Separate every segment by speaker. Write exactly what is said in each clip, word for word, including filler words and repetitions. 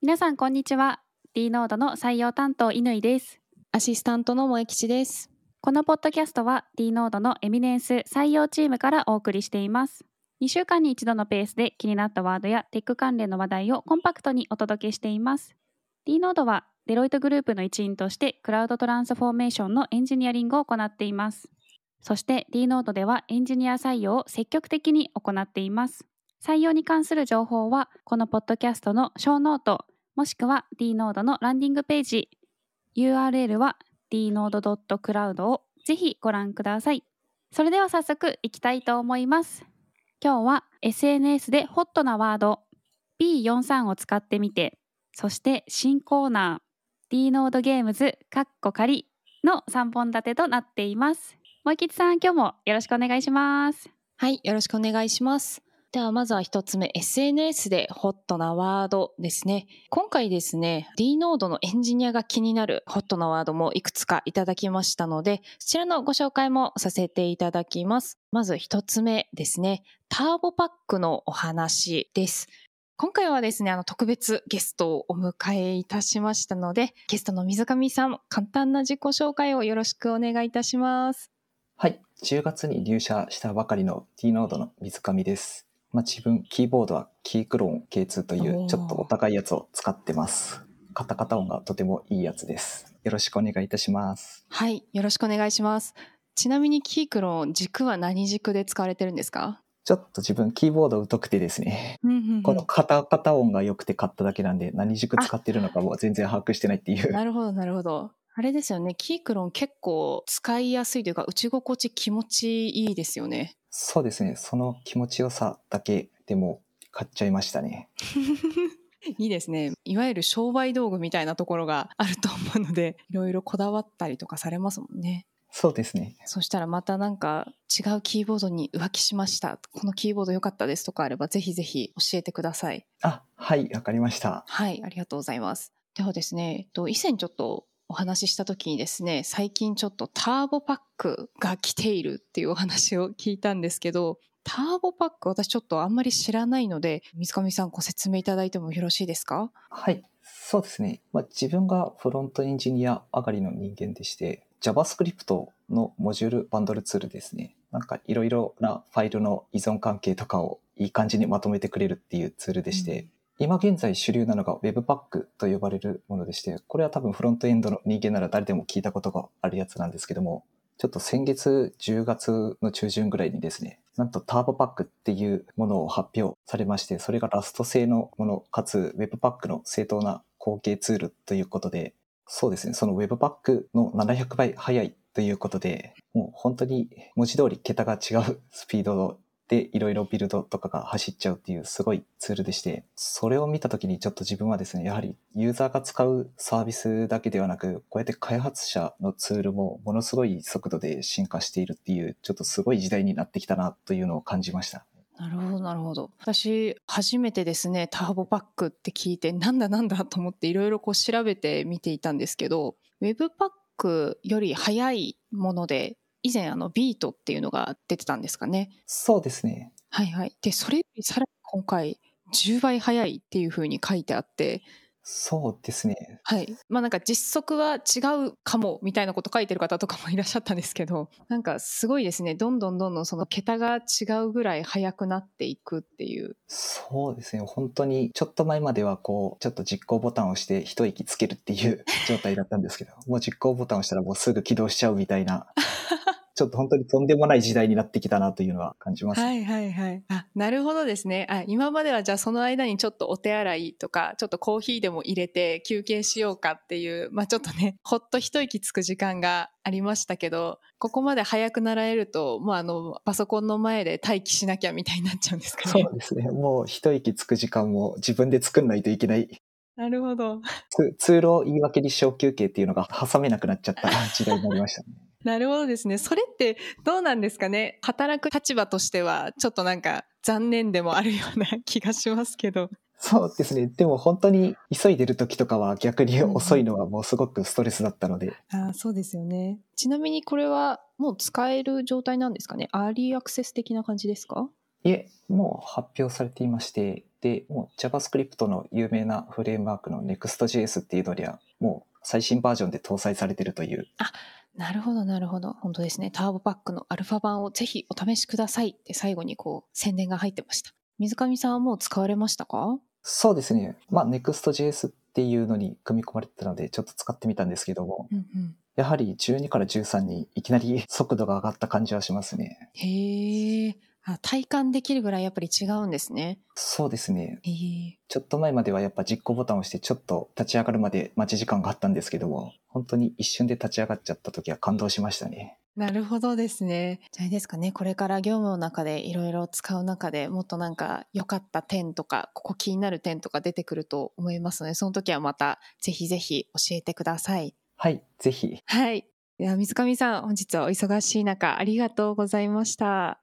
Speaker 1: 皆さんこんにちは。 D ノードの採用担当乾です。
Speaker 2: アシスタントの萌吉です。
Speaker 1: このポッドキャストは D ノードのエミネンス採用チームからお送りしています。にしゅうかんに一度のペースで気になったワードやテック関連の話題をコンパクトにお届けしています。 D ノードはデロイトグループの一員としてクラウドトランスフォーメーションのエンジニアリングを行っています。そして D ノードではエンジニア採用を積極的に行っています。採用に関する情報はこのポッドキャストのショーノートもしくは D ノードのランディングページ、 ユーアールエル は ディーノードドットクラウド をぜひご覧ください。それでは早速いきたいと思います。今日は エスエヌエス でホットなワード ビーよんじゅうさん を使ってみて、そして新コーナー D ノードゲームズカッコ仮のさんぼん立てとなっています。萌吉さん、今日もよろしくお願いします。
Speaker 2: はい、よろしくお願いします。ではまずは一つ目、 エスエヌエス でホットなワードですね。今回ですね D ノードのエンジニアが気になるホットなワードもいくつかいただきましたので、そちらのご紹介もさせていただきます。まず一つ目ですね、ターボパックのお話です。今回はですね、あの特別ゲストをお迎えいたしましたので、ゲストの水上さん、簡単な自己紹介をよろしくお願いいたします。
Speaker 3: はい、じゅうがつに入社したばかりの D ノードの水上です。まあ、自分キーボードはキークローン ケーツー というちょっとお高いやつを使ってます。カタカタ音がとてもいいやつです。よろしくお願いいたします。
Speaker 2: はい、よろしくお願いします。ちなみにキークローン、軸は何軸で使われてるんですか？
Speaker 3: ちょっと自分キーボード疎くてですね、
Speaker 2: うんうんうん、
Speaker 3: このカタカタ音が良くて買っただけなんで、何軸使ってるのかも全然把握してないっていう。
Speaker 2: なるほどなるほど。あれですよね、キークローン結構使いやすいというか打ち心地気持ちいいですよね。
Speaker 3: そうですね、その気持ちよさだけでも買っちゃいましたね。
Speaker 2: いいですね。いわゆる商売道具みたいなところがあると思うので、いろいろこだわったりとかされますもんね。
Speaker 3: そうですね。
Speaker 2: そしたらまたなんか違うキーボードに浮気しました、このキーボード良かったですとかあればぜひぜひ教えてください。
Speaker 3: あ、はい、わかりました。
Speaker 2: はい、ありがとうございます。ではですね、以前ちょっとお話しした時にですね、最近ちょっとターボパックが来ているっていうお話を聞いたんですけど、ターボパック私ちょっとあんまり知らないので、水上さんご説明いただいてもよろしいですか？
Speaker 3: はい、そうですね。まあ、自分がフロントエンジニア上がりの人間でして、JavaScript のモジュールバンドルツールですね。なんかいろいろなファイルの依存関係とかをいい感じにまとめてくれるっていうツールでして、うん、今現在主流なのが Webpack と呼ばれるものでして、これは多分フロントエンドの人間なら誰でも聞いたことがあるやつなんですけども、ちょっと先月じゅうがつの中旬ぐらいにですね、なんとターボパックっていうものを発表されまして、それがラスト製のものかつ Webpack の正当な後継ツールということで、そうですね、その Webpack のななひゃくばい速いということで、もう本当に文字通り桁が違うスピードでいろいろビルドとかが走っちゃうっていうすごいツールでして、それを見たときにちょっと自分はですね、やはりユーザーが使うサービスだけではなく、こうやって開発者のツールもものすごい速度で進化しているっていう、ちょっとすごい時代になってきたなというのを感じました。
Speaker 2: なるほどなるほど。私初めてですね、ターボパックって聞いてなんだなんだと思っていろいろこう調べて見ていたんですけど、Webpackより速いもので以前あのビートっていうのが出てたんですかね。
Speaker 3: そうですね。
Speaker 2: はいはい。でそれよりさらに今回じゅうばい速いっていう風に書いてあって、
Speaker 3: そうですね。
Speaker 2: はい。まあなんか実測は違うかもみたいなこと書いてる方とかもいらっしゃったんですけど、なんかすごいですね。どんどんどんどんその桁が違うぐらい速くなっていくっていう。
Speaker 3: そうですね。本当にちょっと前まではこうちょっと実行ボタンを押して一息つけるっていう状態だったんですけど、もう実行ボタンを押したらもうすぐ起動しちゃうみたいな。ちょっと本当にとんでもない時代になってきたなというのは感じます。
Speaker 2: はいはいはい。あ、なるほどですね。あ、今まではじゃあその間にちょっとお手洗いとか、ちょっとコーヒーでも入れて休憩しようかっていう、まあちょっとね、ほっと一息つく時間がありましたけど、ここまで早くなられると、もうあの、パソコンの前で待機しなきゃみたいになっちゃうんですかね。
Speaker 3: そうですね。もう一息つく時間も自分で作んないといけない。
Speaker 2: なるほど。
Speaker 3: ツツールを言い訳に小休憩っていうのが挟めなくなっちゃった時代になりましたね。
Speaker 2: なるほどですね。それってどうなんですかね。働く立場としてはちょっとなんか残念でもあるような気がしますけど。
Speaker 3: そうですね。でも本当に急いでる時とかは逆に遅いのはもうすごくストレスだったので。
Speaker 2: うんうん、あ、そうですよね。ちなみにこれはもう使える状態なんですかね。アーリーアクセス的な感じですか？
Speaker 3: いえ、もう発表されていまして、 で、もう JavaScript の有名なフレームワークの ネクストジェイエス っていうのにはもう最新バージョンで搭載されているという。
Speaker 2: あ、なるほどなるほど。本当ですね。ターボパックのアルファ版をぜひお試しくださいって最後にこう宣伝が入ってました。水上さんはもう使われましたか？
Speaker 3: そうですね。まあ ネクストジェイエス っていうのに組み込まれてたのでちょっと使ってみたんですけども、
Speaker 2: うんうん、
Speaker 3: やはりじゅうにからじゅうさんにいきなり速度が上がった感じはしますね。
Speaker 2: へえ。あ、体感できるぐらいやっぱり違うんですね。
Speaker 3: そうですね。
Speaker 2: へえ。
Speaker 3: ちょっと前まではやっぱ実行ボタンを押してちょっと立ち上がるまで待ち時間があったんですけども、本当に一瞬で立ち上がっちゃった時は感動しましたね。
Speaker 2: なるほどですね。じゃああれですかね、これから業務の中でいろいろ使う中でもっとなんか良かった点とか、ここ気になる点とか出てくると思いますので、その時はまたぜひぜひ教えてください。
Speaker 3: はい、ぜひ。
Speaker 2: はい。では水上さん、本日はお忙しい中ありがとうございました。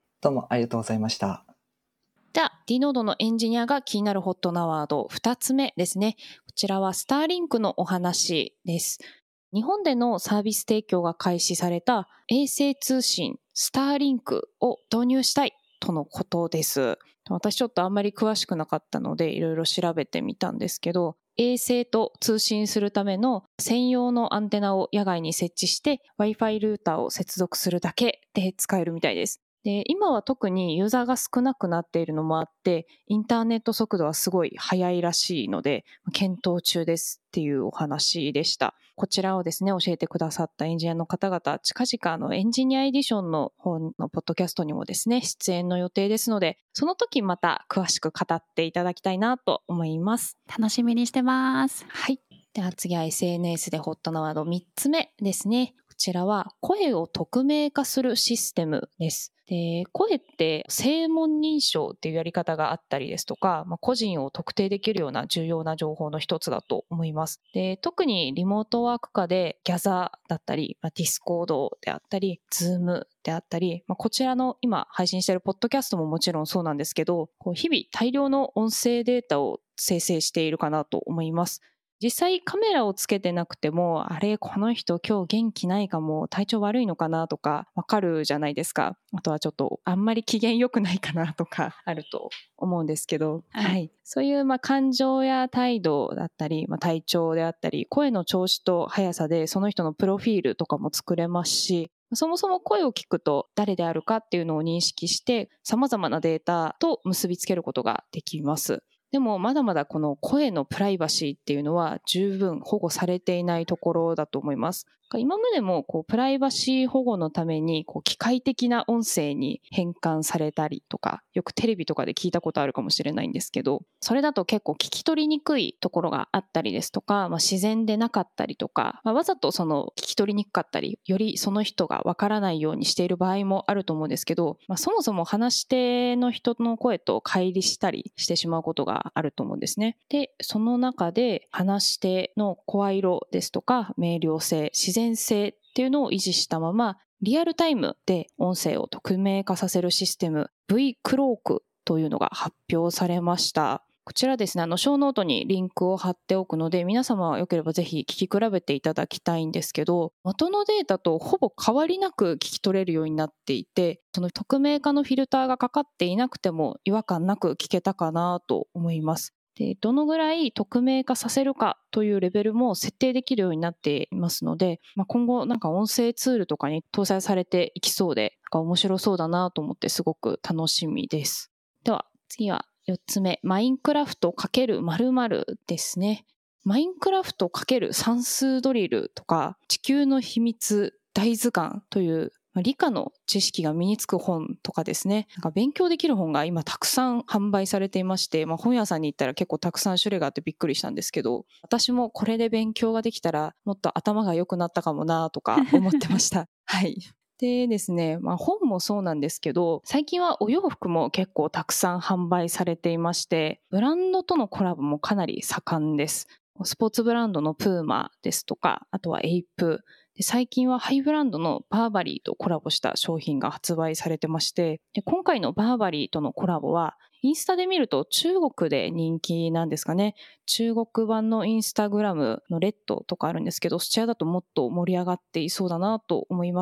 Speaker 3: どうもありがとうございました。
Speaker 2: じゃあ D ノードのエンジニアが気になるホットなワードふたつめですね。こちらはスターリンクのお話です。日本でのサービス提供が開始された衛星通信スターリンクを導入したいとのことです。私ちょっとあんまり詳しくなかったのでいろいろ調べてみたんですけど、衛星と通信するための専用のアンテナを野外に設置して Wi-Fi ルーターを接続するだけで使えるみたいです。で、今は特にユーザーが少なくなっているのもあって、インターネット速度はすごい速いらしいので、検討中ですっていうお話でした。こちらをですね、教えてくださったエンジニアの方々、近々あのエンジニアエディションの方のポッドキャストにもですね、出演の予定ですので、その時また詳しく語っていただきたいなと思います。
Speaker 1: 楽しみにしてます。
Speaker 2: はい。では次は エスエヌエス でホットなワードみっつめですね。こちらは声を匿名化するシステムです。で、声って声紋認証っていうやり方があったりですとか、まあ、個人を特定できるような重要な情報の一つだと思います。で、特にリモートワーク下でギャザーだったり、まあ、ディスコードであったり、ズームであったり、まあ、こちらの今配信しているポッドキャストももちろんそうなんですけど、こう日々大量の音声データを生成しているかなと思います。実際カメラをつけてなくても、あれこの人今日元気ないかも、体調悪いのかなとかわかるじゃないですか。あとはちょっとあんまり機嫌良くないかなとかあると思うんですけど、はい、はい、そういうまあ感情や態度だったり、まあ、体調であったり、声の調子と速さでその人のプロフィールとかも作れますし、そもそも声を聞くと誰であるかっていうのを認識して様々なデータと結びつけることができます。でもまだまだこの声のプライバシーっていうのは十分保護されていないところだと思います。今までもこうプライバシー保護のためにこう機械的な音声に変換されたりとか、よくテレビとかで聞いたことあるかもしれないんですけど、それだと結構聞き取りにくいところがあったりですとか、まあ、自然でなかったりとか、まあ、わざとその聞き取りにくかったり、よりその人がわからないようにしている場合もあると思うんですけど、まあ、そもそも話し手の人の声と乖離したりしてしまうことがあると思うんですね。で、その中で話し手の声色ですとか、明瞭性、自然性っていうのを維持したまま、リアルタイムで音声を匿名化させるシステム V クロークというのが発表されました。こちらですね、あのショーノートにリンクを貼っておくので、皆様よければぜひ聞き比べていただきたいんですけど、元のデータとほぼ変わりなく聞き取れるようになっていて、その匿名化のフィルターがかかっていなくても違和感なく聞けたかなと思います。で、どのぐらい匿名化させるかというレベルも設定できるようになっていますので、まあ、今後なんか音声ツールとかに搭載されていきそうで、なんか面白そうだなと思ってすごく楽しみです。では次はよっつめ、マインクラフト×〇〇ですね。マインクラフト×算数ドリルとか地球の秘密大図鑑という理科の知識が身につく本とかですね、なんか勉強できる本が今たくさん販売されていまして、まあ、本屋さんに行ったら結構たくさん種類があってびっくりしたんですけど、私もこれで勉強ができたらもっと頭が良くなったかもなとか思ってましたはいでですね、まあ、本もそうなんですけど、最近はお洋服も結構たくさん販売されていまして、ブランドとのコラボもかなり盛んです。スポーツブランドのプーマですとか、あとはエイプ、で最近はハイブランドのバーバリーとコラボした商品が発売されてまして、で今回のバーバリーとのコラボはインスタで見ると中国で人気なんですかね。中国版のインスタグラムのレッドとかあるんですけど、そちらだともっと盛り上がっていそうだなと思います。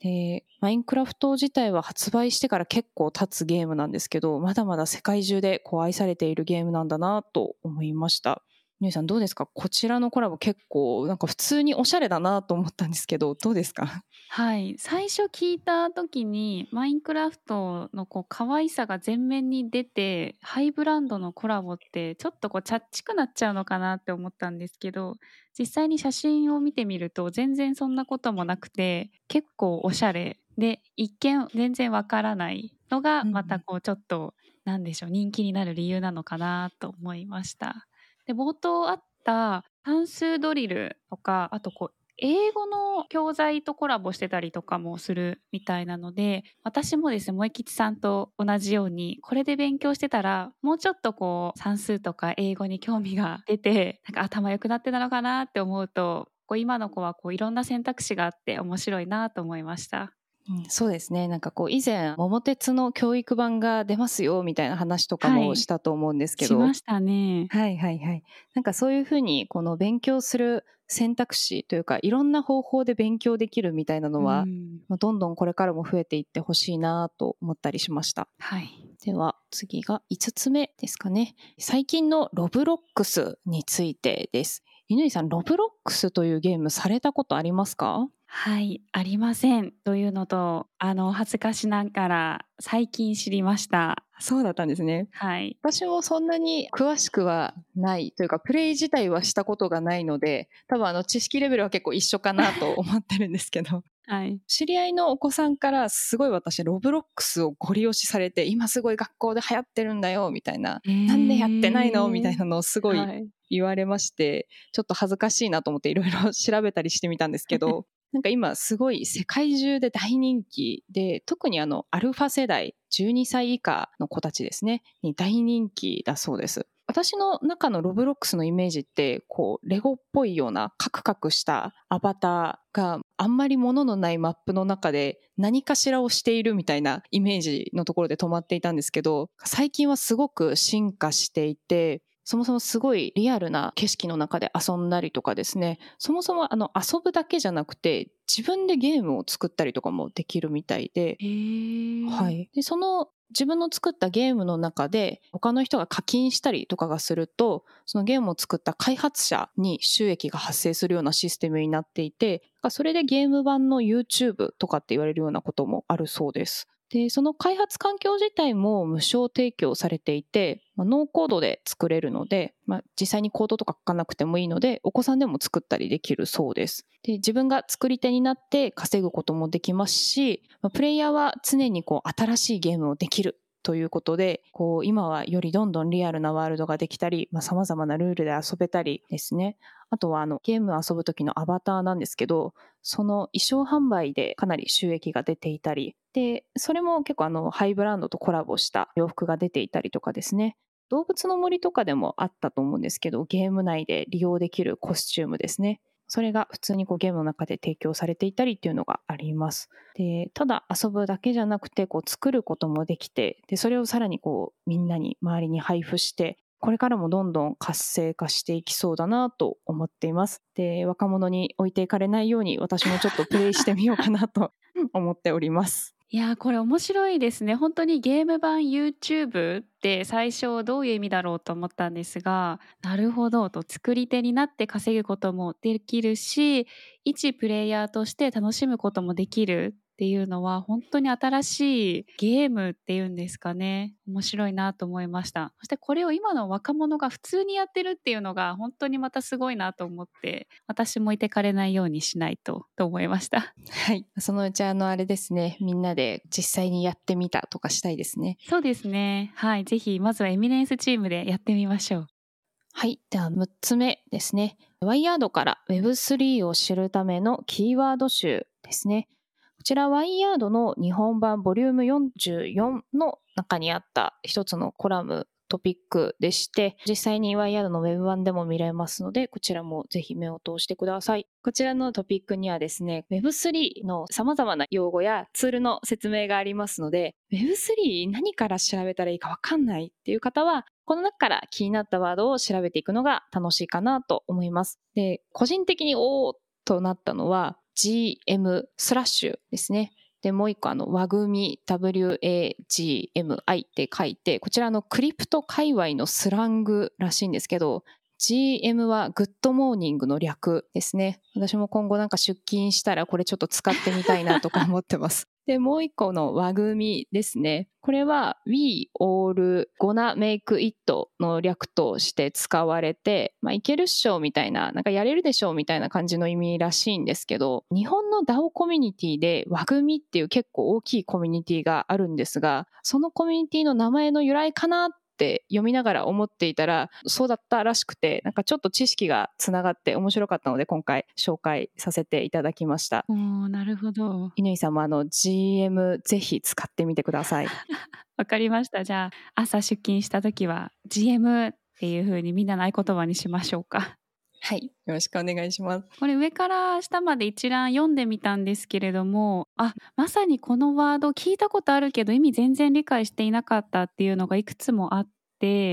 Speaker 2: で、マインクラフト自体は発売してから結構経つゲームなんですけど、まだまだ世界中でこう愛されているゲームなんだなと思いました。ニューさんどうですか？こちらのコラボ結構なんか普通におしゃれだなと思ったんですけど、どうですか？
Speaker 1: はい、最初聞いた時にマインクラフトのこう可愛さが前面に出て、ハイブランドのコラボってちょっとこうチャッチくなっちゃうのかなって思ったんですけど、実際に写真を見てみると全然そんなこともなくて、結構おしゃれで一見全然わからないのがまたこうちょっとなんでしょう、人気になる理由なのかなと思いました。で、冒頭あった算数ドリルとか、あとこう英語の教材とコラボしてたりとかもするみたいなので、私もですね、萌吉さんと同じように、これで勉強してたら、もうちょっとこう、算数とか英語に興味が出て、なんか頭良くなってたのかなって思うと、こう今の子はこういろんな選択肢があって面白いなと思いました。
Speaker 2: うん、そうですね。なんかこう以前桃鉄の教育版が出ますよみたいな話とか
Speaker 1: はい、
Speaker 2: もしたと思うんですけど、
Speaker 1: しましたね。
Speaker 2: はいはいはい。なんかそういうふうにこの勉強する選択肢というかいろんな方法で勉強できるみたいなの
Speaker 1: う
Speaker 2: は、
Speaker 1: ん。
Speaker 2: まあどんどんこれからも増えていってほしいなと思ったりしました。
Speaker 1: はい。
Speaker 2: では次がいつつめですかね。最近のロブロックスについてです。乾さん、ロブロックスというゲームされたことありますか？
Speaker 1: はい、ありません。というのと、あの、恥ずかしながら最近知りました。
Speaker 2: そうだったんですね。
Speaker 1: はい。
Speaker 2: 私もそんなに詳しくはないというか、プレイ自体はしたことがないので、多分あの知識レベルは結構一緒かなと思ってるんですけど、
Speaker 1: はい。
Speaker 2: 知り合いのお子さんからすごい私ロブロックスをご利用しされて、今すごい学校で流行ってるんだよみたいな、
Speaker 1: へー
Speaker 2: なんでやってないのみたいなのをすごい
Speaker 1: はい。
Speaker 2: 言われまして、ちょっと恥ずかしいなと思っていろいろ調べたりしてみたんですけど、なんか今すごい世界中で大人気で、特にあのアルファ世代、じゅうにさい以下の子たちですね、に大人気だそうです。私の中のロブロックスのイメージって、こうレゴっぽいようなカクカクしたアバターがあんまり物のないマップの中で何かしらをしているみたいなイメージのところで止まっていたんですけど、最近はすごく進化していて、そもそもすごいリアルな景色の中で遊んだりとかですね、そもそもあの遊ぶだけじゃなくて自分でゲームを作ったりとかもできるみたいで、
Speaker 1: へー
Speaker 2: はい、でその自分の作ったゲームの中で他の人が課金したりとかがすると、そのゲームを作った開発者に収益が発生するようなシステムになっていて、それでゲーム版の YouTube とかって言われるようなこともあるそうです。でその開発環境自体も無償提供されていて、まあ、ノーコードで作れるので、まあ、実際にコードとか書かなくてもいいのでお子さんでも作ったりできるそうです。で自分が作り手になって稼ぐこともできますし、まあ、プレイヤーは常にこう新しいゲームをできるということで、こう今はよりどんどんリアルなワールドができたり、さまざ、まなルールで遊べたりですね。あとはあのゲームを遊ぶ時のアバターなんですけど、その衣装販売でかなり収益が出ていたりで、それも結構あのハイブランドとコラボした洋服が出ていたりとかですね。動物の森とかでもあったと思うんですけど、ゲーム内で利用できるコスチュームですね。それが普通にこうゲームの中で提供されていたりっていうのがあります。でただ遊ぶだけじゃなくてこう作ることもできて、でそれをさらにこうみんなに周りに配布して、これからもどんどん活性化していきそうだなと思っています。で若者に置いていかれないように私もちょっとプレイしてみようかなと思っております。
Speaker 1: いやー、これ面白いですね。本当にゲーム版 YouTube って最初どういう意味だろうと思ったんですが、なるほどと、作り手になって稼ぐこともできるし、一プレイヤーとして楽しむこともできるっていうのは、本当に新しいゲームっていうんですかね。面白いなと思いました。そしてこれを今の若者が普通にやってるっていうのが本当にまたすごいなと思って、私もいてかれないようにしないとと思いました。
Speaker 2: はい、そのうちあのあれですね、みんなで実際にやってみたとかしたいですね。
Speaker 1: そうですね。はい。ぜひ、まずはエミネンスチームでやってみましょう。
Speaker 2: はい。ではむっつめですね。ワイヤードから ウェブスリー を知るためのキーワード集ですね。こちらワイヤードの日本版ボリュームよんじゅうよんの中にあった一つのコラムトピックでして、実際にワイヤードのウェブ版でも見れますので、こちらもぜひ目を通してください。こちらのトピックにはですね、ウェブスリー の様々な用語やツールの説明がありますので、ウェブスリー 何から調べたらいいかわかんないっていう方は、この中から気になったワードを調べていくのが楽しいかなと思います。で、個人的におーっとなったのは、 ジーエム スラッシュですね。で、もう一個あの、和組 ダブリューエージーエムアイ って書いて、こちらのクリプト界隈のスラングらしいんですけど、ジーエム はグッドモーニングの略ですね。私も今後なんか出勤したらこれちょっと使ってみたいなとか思ってます。で、もう一個の和組ですね。これは We all gonna make it の略として使われて、まあ、いけるっしょみたいな、なんかやれるでしょみたいな感じの意味らしいんですけど、日本の ダオ コミュニティで和組っていう結構大きいコミュニティがあるんですが、そのコミュニティの名前の由来かなって読みながら思っていたらそうだったらしくて、なんかちょっと知識がつながって面白かったので今回紹介させていただきました。
Speaker 1: おー、なるほど。
Speaker 2: 乾さんもあの ジーエム ぜひ使ってみてください。
Speaker 1: わかりました。じゃあ朝出勤した時は ジーエム っていう風にみんなの合言葉にしましょうか。
Speaker 2: はい、よろしくお願いします。
Speaker 1: これ上から下まで一覧読んでみたんですけれども、あ、まさにこのワード聞いたことあるけど意味全然理解していなかったっていうのがいくつもあって、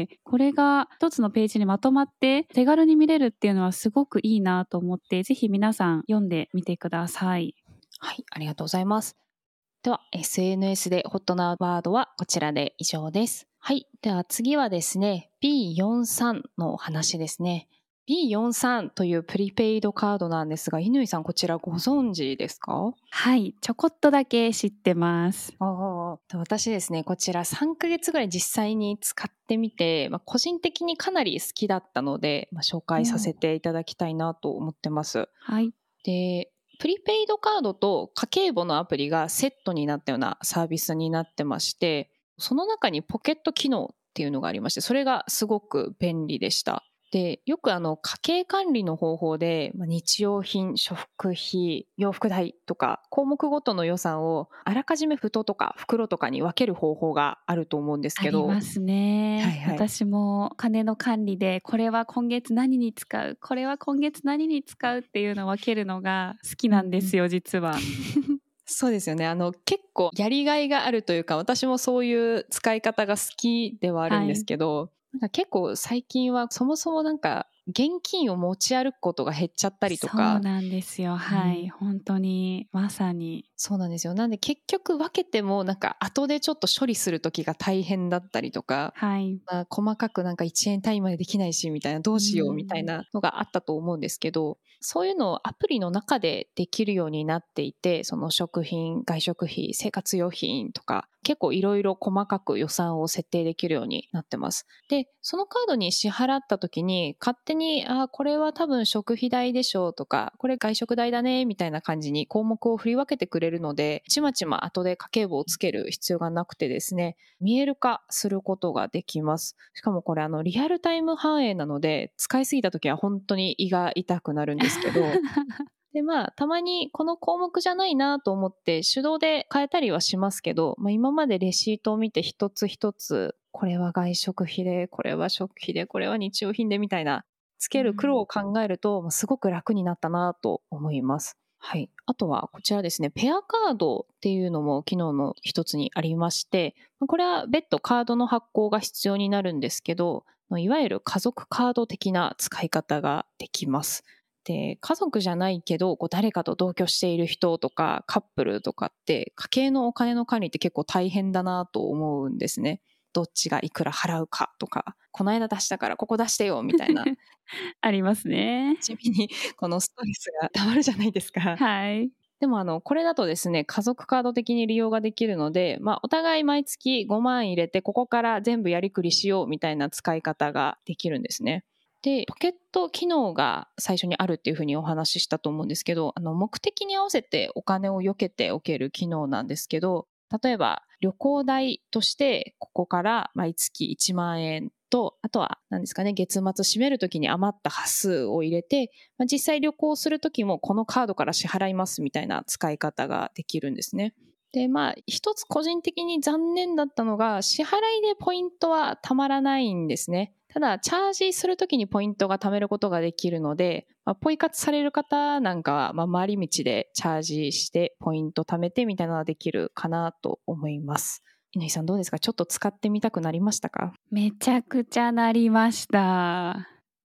Speaker 1: これが一つのページにまとまって手軽に見れるっていうのはすごくいいなと思って、ぜひ皆さん読んでみてください。
Speaker 2: はい、ありがとうございます。では エスエヌエス でホットなワードはこちらで以上です。はい、では次はですね ビーよんじゅうさん のお話ですね。ビーよんじゅうさん というプリペイドカードなんですが、乾さんこちらご存知ですか？
Speaker 1: はい、ちょこっとだけ知ってます。
Speaker 2: ああ、私ですね、こちらさんかげつぐらい実際に使ってみて、まあ、個人的にかなり好きだったので、まあ、紹介させていただきたいなと思ってます。
Speaker 1: はい。
Speaker 2: で、プリペイドカードと家計簿のアプリがセットになったようなサービスになってまして、その中にポケット機能っていうのがありまして、それがすごく便利でした。で、よくあの家計管理の方法で、まあ、日用品、食費、洋服代とか項目ごとの予算をあらかじめ封とか袋とかに分ける方法があると思うんです
Speaker 1: あ
Speaker 2: けど、
Speaker 1: りますね、
Speaker 2: はいはい、
Speaker 1: 私も金の管理でこれは今月何に使う、これは今月何に使うっていうのを分けるのが好きなんですよ、実は。
Speaker 2: そうですよね。あの結構やりがいがあるというか、私もそういう使い方が好きではあるんですけど、なんか結構最近はそもそもなんか現金を持ち歩くことが減っちゃったりと
Speaker 1: そう
Speaker 2: か。
Speaker 1: なんですよ。はい、
Speaker 2: うん、
Speaker 1: 本当にまさに。
Speaker 2: そうなんですよ。なんで結局分けてもなんか後でちょっと処理する時が大変だったりとか、
Speaker 1: はい。
Speaker 2: まあ、細かくなんかいちえん単位までできないしみたいな、どうしようみたいなのがあったと思うんですけど、そういうのをアプリの中でできるようになっていて、その食品、外食費、生活用品とか結構いろいろ細かく予算を設定できるようになってます。で、そのカードに支払った時に勝手に、あ、これは多分食費代でしょうとか、これ外食代だねみたいな感じに項目を振り分けてくれるので、ちまちま後で家計簿をつける必要がなくてですね、見える化することができます。しかもこれあのリアルタイム反映なので、使いすぎた時は本当に胃が痛くなるんですけどでまあたまにこの項目じゃないなと思って手動で変えたりはしますけど、まあ、今までレシートを見て一つ一つこれは外食費で、これは食費で、これは日用品でみたいなつける苦労を考えると、まあ、すごく楽になったなと思います。はい、あとはこちらですね、ペアカードっていうのも機能の一つにありまして、これは別途カードの発行が必要になるんですけど、いわゆる家族カード的な使い方ができます。で、家族じゃないけどこう誰かと同居している人とかカップルとかって家計のお金の管理って結構大変だなと思うんですね。どっちがいくら払うかとか、この間出したからここ出してよみたいな
Speaker 1: ありますね。
Speaker 2: 地味にこのストレスがたまるじゃないですか。
Speaker 1: はい。
Speaker 2: でもあのこれだとですね、家族カード的に利用ができるので、まあ、お互い毎月ごまん入れてここから全部やりくりしようみたいな使い方ができるんですね。で、ポケット機能が最初にあるっていうふうにお話ししたと思うんですけど、あの目的に合わせてお金を避けておける機能なんですけど、例えば旅行代としてここから毎月いちまんえんと、あとは何ですかね、月末締めるときに余った端数を入れて、まあ、実際旅行するときもこのカードから支払いますみたいな使い方ができるんですね。で、まあ一つ個人的に残念だったのが、支払いでポイントはたまらないんですね。ただチャージするときにポイントが貯めることができるので、まあ、ポイ活される方なんかは、まあ、回り道でチャージしてポイント貯めてみたいなのができるかなと思います。乾さんどうですか？ちょっと使ってみたくなりましたか？
Speaker 1: めちゃくちゃなりました。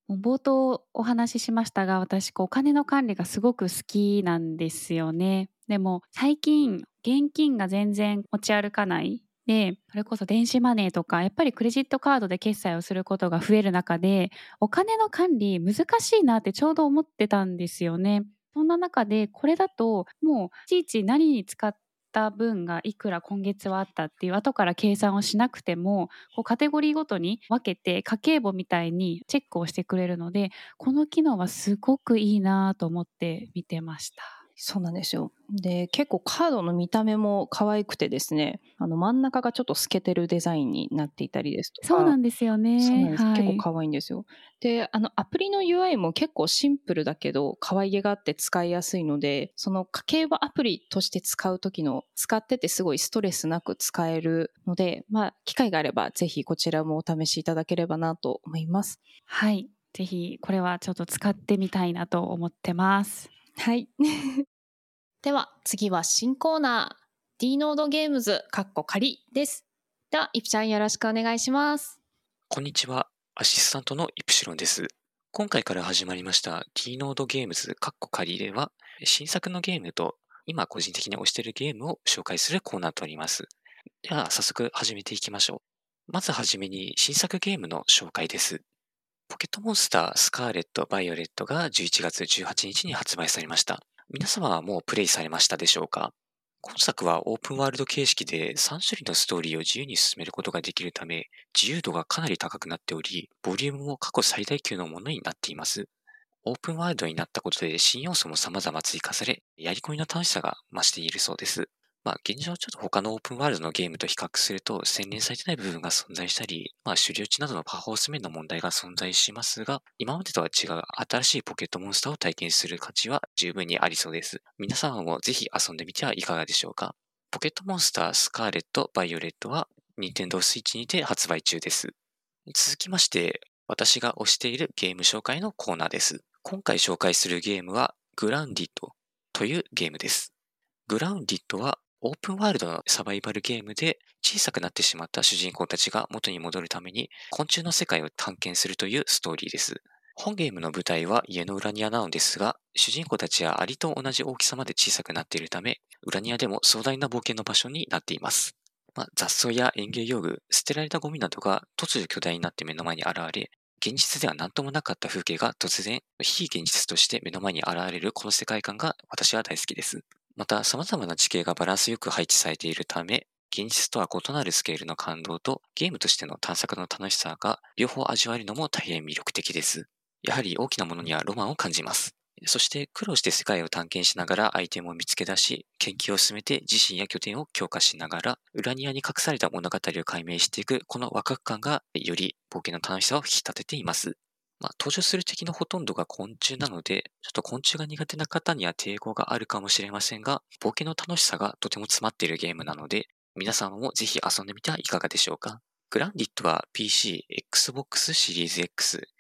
Speaker 1: もう冒頭お話ししましたが、私こうお金の管理がすごく好きなんですよね。でも最近現金が全然持ち歩かないで、それこそ電子マネーとかやっぱりクレジットカードで決済をすることが増える中で、お金の管理難しいなってちょうど思ってたんですよね。そんな中でこれだともういちいち何に使った分がいくら今月はあったっていう後から計算をしなくても、こうカテゴリーごとに分けて家計簿みたいにチェックをしてくれるので、この機能はすごくいいなと思って見てました。
Speaker 2: そうなんですよ。で、結構カードの見た目も可愛くてですね、あの真ん中がちょっと透けてるデザインになっていたりですとか。
Speaker 1: そうなんですよ
Speaker 2: そう
Speaker 1: ね。
Speaker 2: なんです。
Speaker 1: はい。
Speaker 2: 結構可愛いんですよ。で、あのアプリの ユーアイ も結構シンプルだけど可愛げがあって使いやすいので、その家計簿アプリとして使う時の使っててすごいストレスなく使えるので、まあ機会があればぜひこちらもお試しいただければなと思います。
Speaker 1: はい。ぜひこれはちょっと使ってみたいなと思ってます。
Speaker 2: はい。では次は新コーナー D ノードゲームズかっこ仮です。ではイプちゃんよろしくお願いします。
Speaker 4: こんにちは、アシスタントのイプシロンです。今回から始まりました D ノードゲームズかっこ仮では、新作のゲームと今個人的に推しているゲームを紹介するコーナーとなります。では早速始めていきましょう。まずはじめに新作ゲームの紹介です。ポケットモンスタースカーレット・バイオレットがじゅういちがつじゅうはちにちに発売されました。皆様はもうプレイされましたでしょうか？今作はオープンワールド形式でさん種類のストーリーを自由に進めることができるため、自由度がかなり高くなっており、ボリュームも過去最大級のものになっています。オープンワールドになったことで新要素も様々追加され、やり込みの楽しさが増しているそうです。まあ現状ちょっと他のオープンワールドのゲームと比較すると洗練されてない部分が存在したり、まあ狩猟地などのパフォース面の問題が存在しますが、今までとは違う新しいポケットモンスターを体験する価値は十分にありそうです。皆様もぜひ遊んでみてはいかがでしょうか。ポケットモンスタースカーレット・バイオレットは Nintendo Switch にて発売中です。続きまして、私が推しているゲーム紹介のコーナーです。今回紹介するゲームはグラウンディットというゲームです。グラウンディットはオープンワールドのサバイバルゲームで小さくなってしまった主人公たちが元に戻るために昆虫の世界を探検するというストーリーです。本ゲームの舞台は家の裏庭なのですが、主人公たちはアリと同じ大きさまで小さくなっているため、裏庭でも壮大な冒険の場所になっています。まあ、雑草や園芸用具、捨てられたゴミなどが突如巨大になって目の前に現れ、現実では何ともなかった風景が突然非現実として目の前に現れるこの世界観が私は大好きです。また様々な地形がバランスよく配置されているため、現実とは異なるスケールの感動とゲームとしての探索の楽しさが両方味わえるのも大変魅力的です。やはり大きなものにはロマンを感じます。そして苦労して世界を探検しながらアイテムを見つけ出し、研究を進めて自身や拠点を強化しながら、裏庭に隠された物語を解明していくこのワクワク感がより冒険の楽しさを引き立てています。まあ、登場する敵のほとんどが昆虫なので、ちょっと昆虫が苦手な方には抵抗があるかもしれませんが、冒険の楽しさがとても詰まっているゲームなので、皆様もぜひ遊んでみてはいかがでしょうか。グランディットは ピーシー、Xbox シリーズ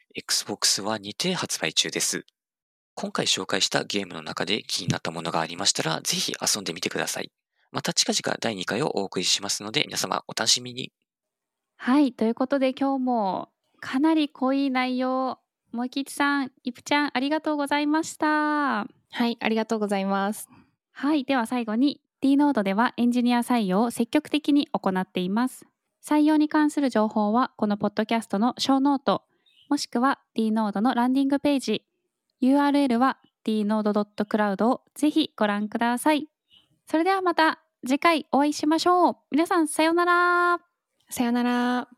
Speaker 4: X、Xbox One にて発売中です。今回紹介したゲームの中で気になったものがありましたら、ぜひ遊んでみてください。また近々だいにかいをお送りしますので、皆様お楽しみに。
Speaker 1: はい。ということで今日もかなり濃い内容、萌吉さん、イプちゃんありがとうございました。
Speaker 2: はい、ありがとうございます。
Speaker 1: はい。では最後に D ノードではエンジニア採用を積極的に行っています。採用に関する情報はこのポッドキャストのショーノート、もしくは D ノードのランディングページ、ユーアールエル は ディーノードドットクラウド をぜひご覧ください。それではまた次回お会いしましょう。皆さんさようなら。
Speaker 2: さようなら。